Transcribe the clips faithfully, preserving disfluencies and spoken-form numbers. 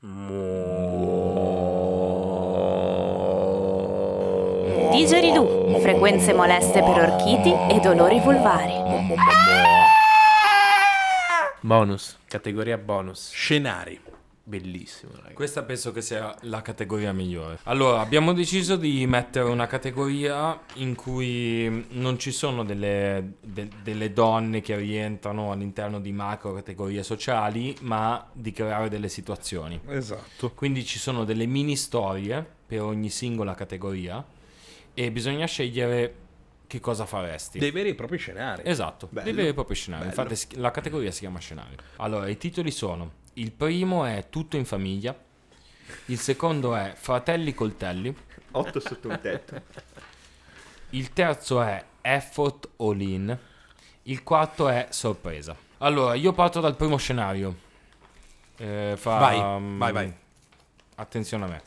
Digeridoo, frequenze moleste per orchiti e dolori vulvari. Bonus, categoria bonus. Scenari. Bellissimo, ragazzi. Questa penso che sia la categoria migliore. Allora, abbiamo deciso di mettere una categoria in cui non ci sono delle, de, delle donne che rientrano all'interno di macro categorie sociali, ma di creare delle situazioni. Esatto. Quindi ci sono delle mini storie per ogni singola categoria e bisogna scegliere che cosa faresti. Dei veri e propri scenari. Esatto, Bello. dei veri e propri scenari. Bello. Infatti si- la categoria si chiama scenario. Allora, i titoli sono: il primo è Tutto in famiglia, il secondo è Fratelli coltelli, Otto sotto un tetto. il terzo è Effort all in, il quarto è Sorpresa. Allora, io parto dal primo scenario. Eh, fa, Vai, mm, vai, vai. Attenzione a me.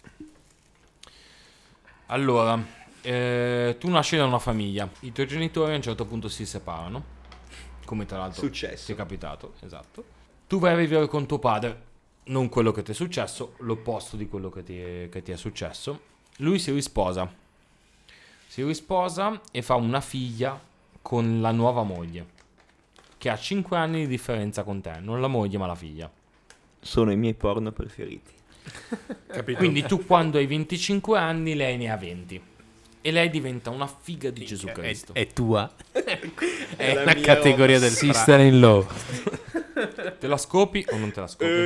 Allora, eh, tu nasci da una famiglia, i tuoi genitori a un certo punto si separano, come tra l'altro Successo. ti è capitato, esatto. Tu vai a vivere con tuo padre, non quello che ti è successo, l'opposto di quello che ti è, che ti è successo. Lui si risposa, si risposa e fa una figlia con la nuova moglie, che ha cinque anni di differenza con te, non la moglie ma la figlia. Sono i miei porno preferiti. Capito? Quindi tu quando hai venticinque anni, lei ne ha venti. E lei diventa una figa di Gesù È, Cristo. è tua. È la la mia categoria roba del strana. sister in law. Te la scopi o non te la scopi?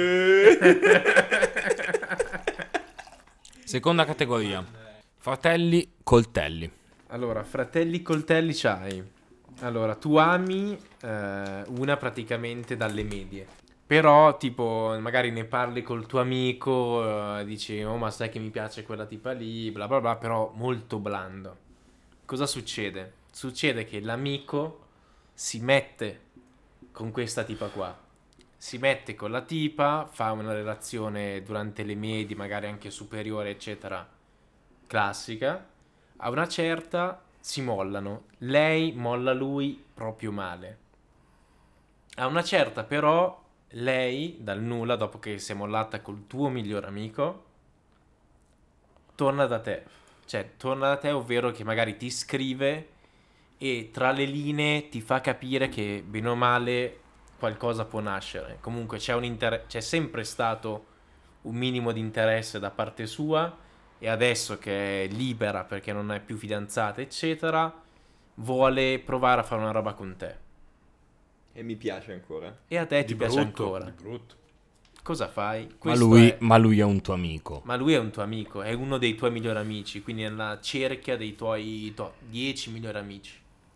Seconda categoria. Fratelli coltelli. Allora, fratelli coltelli c'hai. Allora, tu ami eh, una praticamente dalle medie. Però, tipo, magari ne parli col tuo amico, eh, dici, oh, ma sai che mi piace quella tipa lì, bla bla bla, però molto blando. Cosa succede? Succede che l'amico si mette con questa tipa qua. Si mette con la tipa, fa una relazione durante le medie, magari anche superiore, eccetera, classica. A una certa si mollano. Lei molla lui proprio male. A una certa però lei dal nulla, dopo che si è mollata col tuo miglior amico, torna da te. Cioè torna da te, ovvero che magari ti scrive e tra le linee ti fa capire che bene o male qualcosa può nascere. Comunque c'è un inter- c'è sempre stato un minimo di interesse da parte sua, e adesso che è libera perché non è più fidanzata eccetera, vuole provare a fare una roba con te. E mi piace ancora. E a te Di ti piace brutto, ancora. di brutto. Cosa fai? Ma Questo lui, è- ma lui è un tuo amico. ma lui è un tuo amico, è uno dei tuoi migliori amici, quindi è nella cerchia dei tuoi to- dieci migliori amici.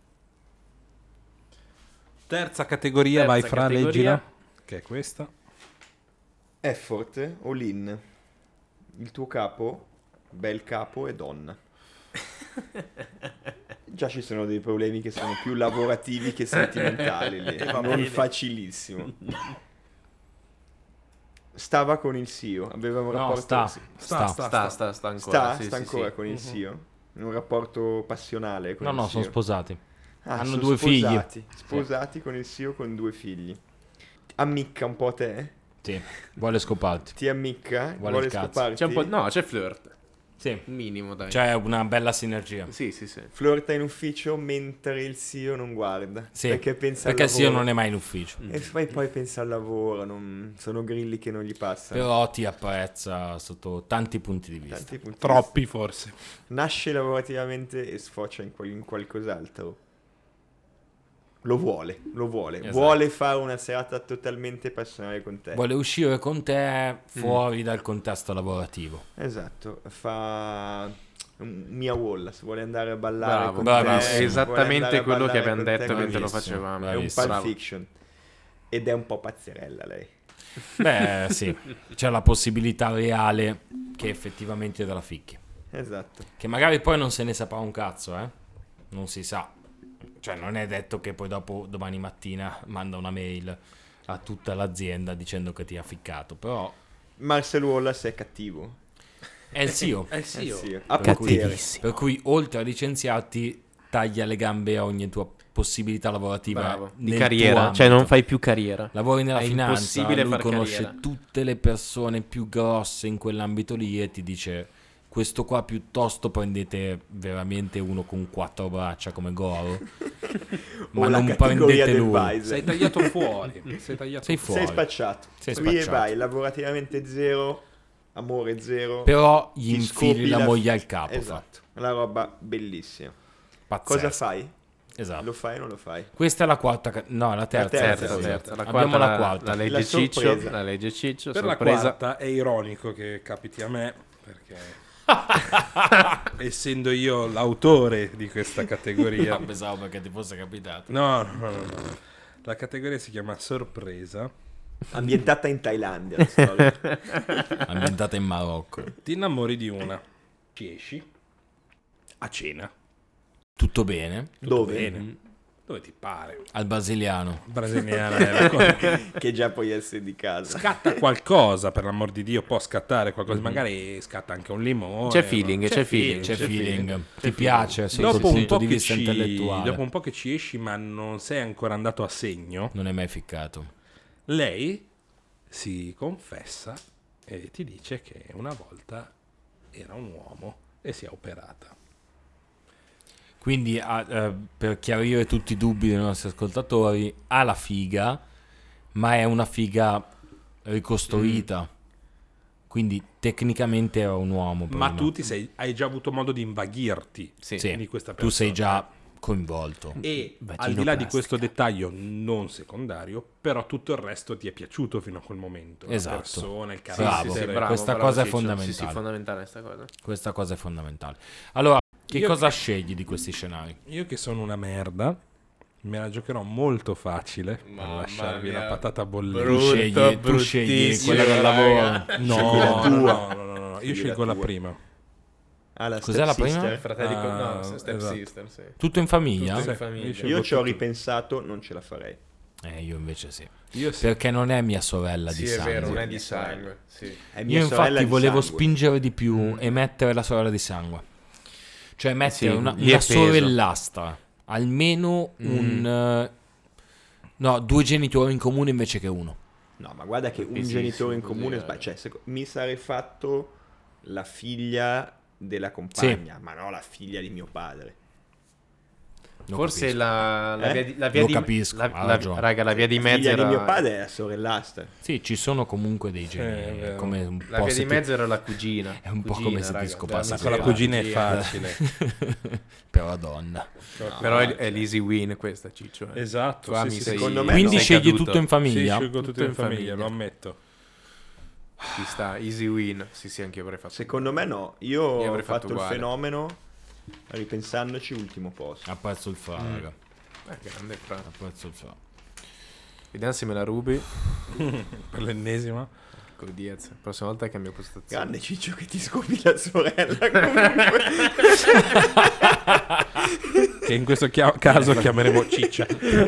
Terza categoria, Terza vai Fra, categoria. leggila. Che è questa. Effort, all in. Il tuo capo, bel capo e donna. Già ci sono dei problemi che sono più lavorativi che sentimentali lì. Non facilissimo. Stava con il S I O, aveva un No, rapporto... sta, sì. sta. Sta, sta, sta ancora. Sta, sì, sta sì, ancora sì. con il S I O? In un rapporto passionale con No, il no, S I O? sono sposati. Ah, Hanno sono due sposati, Sposati con il S I O con due figli. Ammicca un po' te? Sì, vuole scoparti. Ti ammicca? Vuole Vuole il cazzo. scoparti? C'è un po'... No, c'è flirt. Sì, Minimo, dai. c'è una bella sinergia. Sì, sì, sì. Flirta in ufficio mentre il S I O non guarda. Sì, perché pensa perché al il S I O lavoro. non è mai in ufficio. E poi, poi pensa al lavoro, non- sono grilli che non gli passano. Però ti apprezza sotto tanti punti di vista. Tanti punti di Troppi forse. vista. Nasce lavorativamente e sfocia in, qual- in qualcos'altro. Lo vuole, lo vuole. Esatto. Vuole fare una serata totalmente passionale con te. Vuole uscire con te fuori dal contesto lavorativo. Esatto, fa un Mia Wallace, vuole andare a ballare Bravo, con bravo. te. È vuole andare esattamente a quello che ballare abbiamo con te, detto mentre lo bravissimo. facevamo. È un Bravissimo. Pulp Fiction. Ed è un po' pazzerella lei. Beh, sì, c'è la possibilità reale che effettivamente te la ficchi. Esatto. Che magari poi non se ne saprà un cazzo, eh? Non si sa. Cioè, non è detto che poi dopo, domani mattina, manda una mail a tutta l'azienda dicendo che ti ha ficcato. Però Marcel Wallace è cattivo. è il S I O. È sì, Eh io. sì, ha Per cui, potere. per cui, oltre a licenziarti, taglia le gambe a ogni tua possibilità lavorative Bravo, di nel carriera, tuo cioè non ambito. fai più carriera. Lavori nella È finanza, impossibile lui far conosce carriera. tutte le persone più grosse in quell'ambito lì e ti dice: questo qua piuttosto prendete veramente uno con quattro braccia come Goro, ma O la non categoria prendete del lui. Bison. Sei tagliato fuori. Sei tagliato Sei fuori. Sei spacciato. Sei Qui e spacciato. vai, lavorativamente zero, amore zero. Però gli ti infili scopi la moglie al capo. Esatto, una roba bellissima. Pazzesco. Cosa fai? Esatto. Lo fai o non lo fai? Questa è la quarta, ca- no, la terza. terza, Terza, sì. terza. La Abbiamo quarta, la quarta. La legge La Ciccio, sorpresa. la legge Ciccio, Per la sorpresa. quarta è ironico che capiti a me, perché essendo io l'autore di questa categoria. No, pensavo perché ti fosse capitato. No, no, no, no. La categoria si chiama sorpresa. Ambientata in Thailandia la storia. Ambientata in Marocco. Ti innamori di una, ci esci a cena. Tutto bene. Tutto Dove? bene. Dove ti pare? Al brasiliano. Brasiliana è la cosa. Che già puoi essere di casa. Scatta qualcosa, per l'amor di Dio, può scattare qualcosa, magari scatta anche un limone. C'è feeling, no? c'è feeling, C'è C'è feeling. feeling. Ti piace? Sì, Dopo dal un, punto po di che vista ci, intellettuale. dopo un po' che ci esci, ma non sei ancora andato a segno, Non è mai ficcato. lei si confessa e ti dice che una volta era un uomo e si è operata. Quindi, ah, eh, per chiarire tutti i dubbi dei nostri ascoltatori, ha la figa, ma è una figa ricostruita. Quindi, tecnicamente era un uomo. Ma prima. tu ti sei, hai già avuto modo di invaghirti Sì. Sì, di questa tu sei persona. già coinvolto. E al Vaginoplastica. di là di questo dettaglio non secondario, però tutto il resto ti è piaciuto fino a quel momento. Esatto. La persona, il Bravo. carattere. Sì, sì, bravo, Questa bravo, cosa è Ciccio. fondamentale. Sì, sì, fondamentale questa cosa. Questa cosa è fondamentale. Allora, che Io- cosa scegli di questi scenari? Io che sono una merda, me la giocherò molto facile per Mamma lasciarvi mia. la patata bollente. Tu Brutto, scegli, tu scegli bruttissimo, quella del raga. lavoro. No, Scegli la no, tua. no, no, no, no, io Scegli scelgo la la tua. prima. Ah, la Cos'è la step prima? sister. Fratelli con... Ah, No, step esatto. sister, sì. Tutto in famiglia? Tutto in Sì, famiglia. io scelgo Io ci ho tutto. ripensato, non ce la farei. Eh, io invece sì. Io sì. Perché non è mia sorella Sì, di è sangue. vero, non è Mia di sorella. sangue. Sì. È mia Io sorella infatti di volevo sangue. spingere di più e mettere la sorella di sangue. Cioè mettere Sì, una, lì è una peso. sorellastra. Almeno Mm. un... eh, no, due genitori in comune invece che uno. No, ma guarda che un Troppisimo genitore in così, comune eh. sbaglia. Cioè, seco- mi sarei fatto la figlia della compagna, ma no la figlia di mio padre. Lo Forse capisco. la, la Eh? via di, la via Lo di capisco, la, ha la- ragione. raga, la via di La mezzo figlia era di mio padre è la sorellastra. Sì, ci sono comunque dei è geni. vero. come un la po' via se di ti- mezzo era la cugina. È un po' Cugina, come se ti raga, scopassi della Con la mia cugina è cugina. facile. per la donna. Però è, è l'easy win questa, Ciccio. eh. Esatto, Qua sì, mi sì, sei- secondo me Quindi no. sei scegli caduto. tutto in Sì, famiglia? scelgo tutto, Tutto in in famiglia, famiglia. lo ammetto. Ci sta, easy win. Sì, sì, anche io avrei fatto. Secondo me no. Io, Io ho avrei fatto, fatto il uguale. fenomeno, ripensandoci, ultimo posto. Apprezzo il fa, Mm. raga. Eh, grande fra. Apprezzo il fa. Vediamo se me la rubi. Per l'ennesima. Con Diaz. La prossima volta cambio postazione. Grande Ciccio che ti scopi la sorella comunque. Che in questo chia- caso chiameremo Ciccia.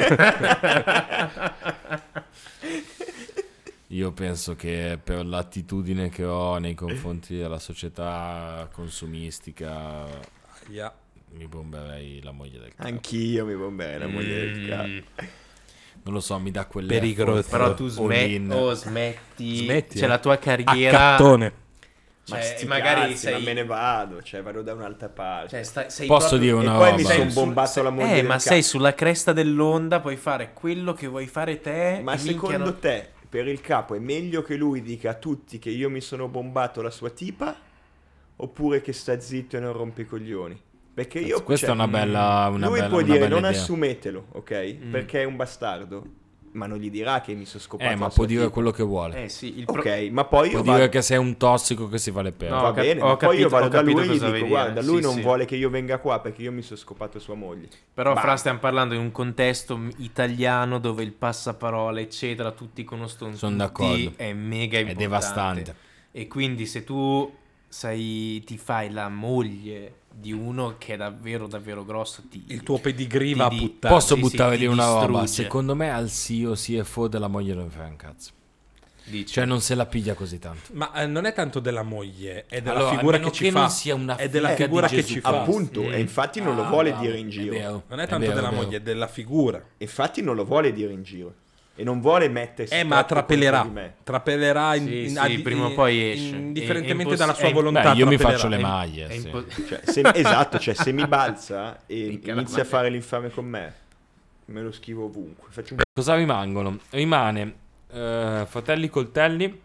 Io penso che per l'attitudine che ho nei confronti della società consumistica Yeah. mi bomberei la moglie del capo. Anch'io mi bomberei la moglie del Mm. capo. Non lo so, mi dà quelle Pericoloso. Però tu all smetti. in. Oh, smetti. Smetti, Cioè, eh. la tua A carriera. cattone. Ma Cioè, sti magari cazzi, sei. ma me ne vado, cioè vado da un'altra parte. Cioè, stai- sei Posso proprio- dire e una poi roba? mi sei sono sul- bombato sei- la moglie Eh, del ma cazzo. sei sulla cresta dell'onda, puoi fare quello che vuoi fare te. Ma e secondo minchia, te, per il capo, è meglio che lui dica a tutti che io mi sono bombato la sua tipa? Oppure che sta zitto e non rompe i coglioni? Perché io... Questa cioè, è una bella una lui bella, può una dire bella non idea. assumetelo, ok? Mm. Perché è un bastardo. Ma non gli dirà che mi sono scopato Eh, ma la può sua dire tipa. quello che vuole. Eh sì, il pro- Ok, ma poi Può io dire vado... che sei un tossico che si fa le pere. No, Va ho cap- bene, ho ma poi io capito- vado ho da lui capito e gli cosa dico vuoi guarda, dire, lui sì, non sì. vuole che io venga qua perché io mi sono scopato sua moglie. Però Bah. fra stiamo parlando in un contesto m- italiano dove il passaparola eccetera tutti conoscono Sono tutti, d'accordo. è mega È importante. devastante. E quindi se tu sei, ti fai la moglie di uno che è davvero davvero grosso ti, Il tuo pedigree ti va a di- puttane. Posso sì, buttare sì, lì ti una roba? distrugge. Secondo me al C E O C F O della moglie non frega un cazzo. dici. Cioè non se la piglia così tanto. Ma eh, non è tanto della moglie, è della Allora, figura almeno che ci che fa. non sia una è della figa figura di che Gesù ci fa. Appunto, Mm. e infatti non lo Ah, vuole bravo, dire in giro. È vero, Non è tanto vero, della è vero. moglie, è della figura. Infatti non lo vuole dire in giro. E non vuole mettersi Eh, ma troppo trappelerà. contro di me. Trappelerà in, Sì, in- sì, a- prima o in- poi esce. Indifferentemente È- è dalla imposs- sua è- volontà. Beh, io mi trappelerà. faccio le È- maglie. è sì. impo- Cioè, se- esatto, cioè se mi balza e Minchia, inizia la a fare l'infame con me, me lo schivo ovunque. Faccio un... Cosa rimangono? Rimane eh, fratelli coltelli,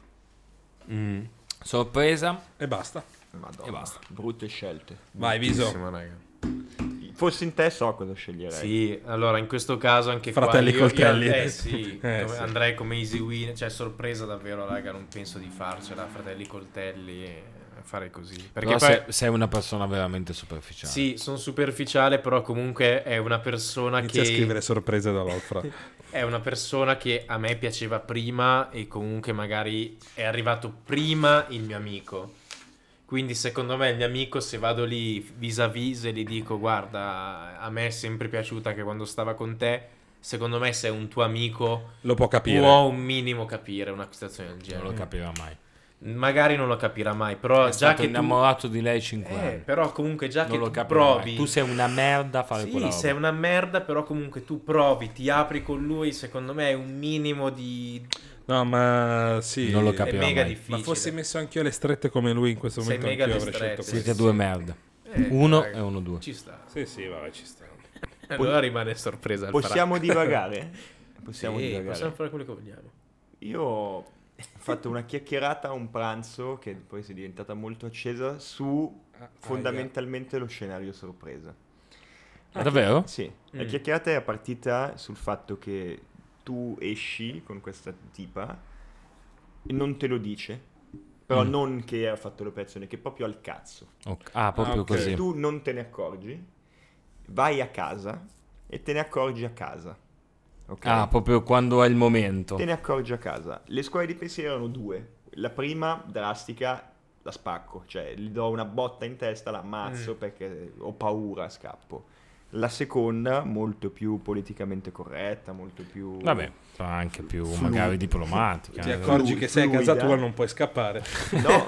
Mm. sorpresa. E basta. Madonna, E basta. brutte scelte. Vai, Viso. Bellissimo, raga. Fossi in te so cosa sceglierei. Sì, allora in questo caso anche Fratelli qua io- coltelli. io- eh sì, Eh, come- sì. andrei come easy win, cioè sorpresa davvero, raga, non penso di farcela, fratelli coltelli e fare così. Perché Però poi sei, sei una persona veramente superficiale. sì, sono superficiale, però comunque è una persona Inizia che a scrivere sorprese dall'altra. è una persona che a me piaceva prima e comunque magari è arrivato prima il mio amico. Quindi secondo me il mio amico, se vado lì vis-à-vis e gli dico guarda, a me è sempre piaciuta anche quando stava con te, secondo me se è un tuo amico Lo può capire. può un minimo capire una situazione del Non genere. lo capirà mai. Magari non lo capirà mai, però È già stato che tu... innamorato di lei cinque Eh, anni. però comunque già Non che lo tu capirà provi... mai. Tu sei una merda a fare Sì, quella roba. sei una merda, però comunque tu provi, ti apri con lui, secondo me è un minimo di... No, ma sì. Non lo è capirà mega mai. difficile. Ma fossi messo anch'io alle strette come lui in questo Sei momento, mega anch'io alle avrei scelto strette. questo. Siete due merde. Eh, Uno raga, e uno due. Ci sta. Sì, sì, vabbè, ci sta. Allora rimane sorpresa al Possiamo divagare? Possiamo Sì, divagare. possiamo fare quello che vogliamo. Io ho fatto una chiacchierata a un pranzo che poi si è diventata molto accesa su Ah, fondamentalmente lo scenario sorpresa. Ah, davvero? Sì, la Mm. chiacchierata è partita sul fatto che tu esci con questa tipa e non te lo dice, però Mm. non che ha fatto l'operazione, che proprio al cazzo. Ok. Ah, proprio Ah, ok. così. Tu non te ne accorgi, vai a casa e te ne accorgi a casa. Ok? Ah, proprio quando è il momento. Te ne accorgi a casa. Le scuole di pensiero erano due. La prima, drastica, la spacco. Cioè, gli do una botta in testa, la ammazzo Mm. perché ho paura, scappo. La seconda, molto più politicamente corretta, molto più... Vabbè, sarà anche più Flu- magari diplomatica. Ti eh. accorgi che sei a casa fluida. tua, non puoi scappare. No,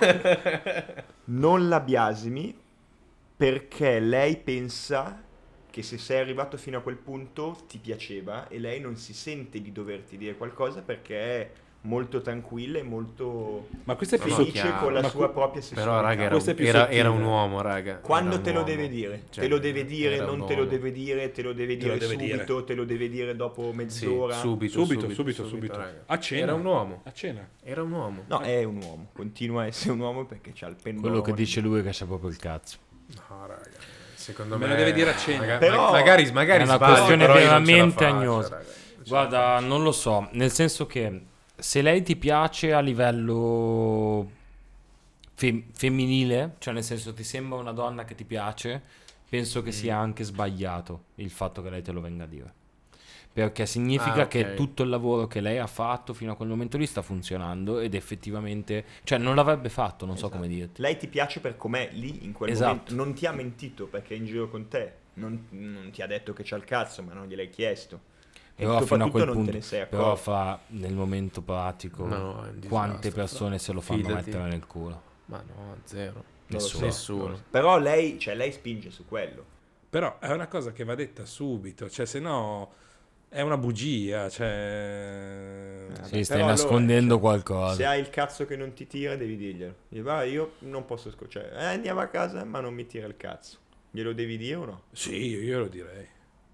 non la biasimi perché lei pensa che se sei arrivato fino a quel punto ti piaceva e lei non si sente di doverti dire qualcosa perché è molto tranquilla e molto Ma questo è più No, so- no, felice chiaro. con la Ma sua cu- propria sessualità. Però, raga, era, Questo un, è più era, sottile. era un uomo, raga. Quando Era un te lo uomo. deve dire, Cioè, te lo deve dire, era un non te lo uomo. deve dire, te lo deve Te lo dire deve subito, dire. te lo deve dire dopo Sì, mezz'ora. subito, Subito, subito, subito. raga. A cena. Era un uomo. A cena. Era un uomo. No, è un uomo, continua a essere un uomo perché c'ha il pendolo. Quello che dice lui è che c'è proprio il cazzo. No, raga. Secondo Me me... lo deve dire a cena. Maga- Però- magari magari È una sbaglio, questione però io non ce la veramente faccio, agnosa. raga. Non ce la Guarda, faccio. non lo so, nel senso che se lei ti piace a livello fe- femminile, cioè nel senso ti sembra una donna che ti piace, penso che sia anche sbagliato il fatto che lei te lo venga a dire. Perché significa Ah, ok. che tutto il lavoro che lei ha fatto fino a quel momento lì sta funzionando ed effettivamente, cioè non l'avrebbe fatto, non so Esatto. come dirti. Lei ti piace per com'è lì in quel Esatto. momento, non ti ha mentito perché è in giro con te, non, non ti ha detto che c'ha il cazzo, ma non gliel'hai chiesto. E Però fino a soprattutto quel non punto, te ne sei però accorto. fa nel momento pratico No, è un disastro, quante persone se lo fanno Fidati. mettere nel culo. Ma no, zero. Non lo Nessuno. so, Nessuno. non lo so. Però lei, cioè, lei spinge su quello. Però è una cosa che va detta subito, cioè se no è una bugia, cioè... Vabbè, Sì, stai però nascondendo allora, cioè, qualcosa. Se hai il cazzo che non ti tira, devi dirglielo. Gli va, io non posso scocciare. Eh, andiamo a casa, ma non mi tira il cazzo. Glielo devi dire o no? Sì, io, io lo direi.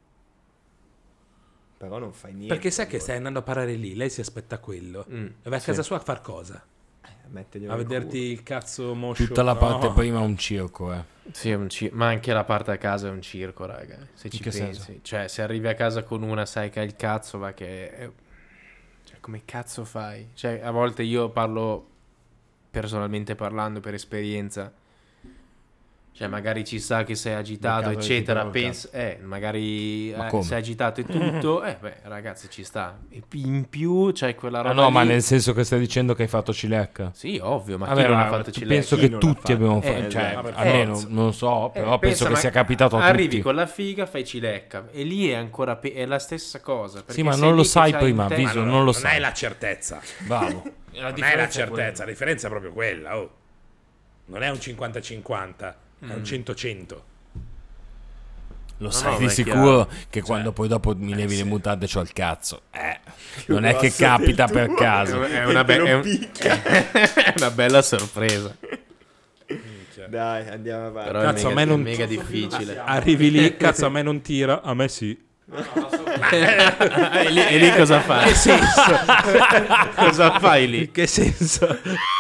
Però non fai niente. Perché sai che allora. stai andando a parare lì, lei si aspetta quello. Mm, E vai a sì. casa sua a far cosa? Metteglielo A nel vederti culo. il cazzo moscio. Tutta la parte No. prima è un circo, eh. Sì, è un ci- ma anche la parte a casa è un circo, raga. Se ci che pensi. senso? Cioè, se arrivi a casa con una, sai che hai il cazzo, va che... è- Cioè, come cazzo fai? Cioè, a volte io parlo, personalmente parlando, per esperienza. Cioè, magari ci sa che sei agitato, Nel caso eccetera. di tipo, Pensa, eh, magari Ma eh, come? sei agitato e tutto. Eh, beh, ragazzi, ci sta. E pi- in più c'hai quella roba. Ah no, ma lì. nel senso che stai dicendo che hai fatto cilecca. Sì, ovvio, ma Vabbè, chi non ma ha fatto tu cilecca? penso Chi che non l'ha tutti fatto? abbiamo Eh, fatto, cioè, esatto. almeno Eh, non so, però Eh, penso pensa, che ma sia capitato a arrivi tutti. con la figa, fai cilecca e lì è ancora pe- è la stessa cosa. Sì, perché ma sei non lo lì che sai c'hai prima, in te- Viso, Ma non lo non sai. hai la certezza. Bravo. La Non hai la differenza è certezza, quella. la differenza è proprio quella. Oh. Non è un cinquanta cinquanta, è Mm. un cento cento. Lo No, sai no, di ma è sicuro chiaro. che quando poi dopo mi levi le sì. mutande c'ho il cazzo. Eh, Più non è che grosso del capita tuo. per caso. È E una, te be- lo è un- picchia. è una bella sorpresa. Dai, andiamo avanti. Però Cazzo, è a mega, me non- è mega difficile. Arrivi lì, cazzo, a me non tira, a me sì. e, lì, e lì cosa fai? Che senso? Cosa fai lì? Che senso?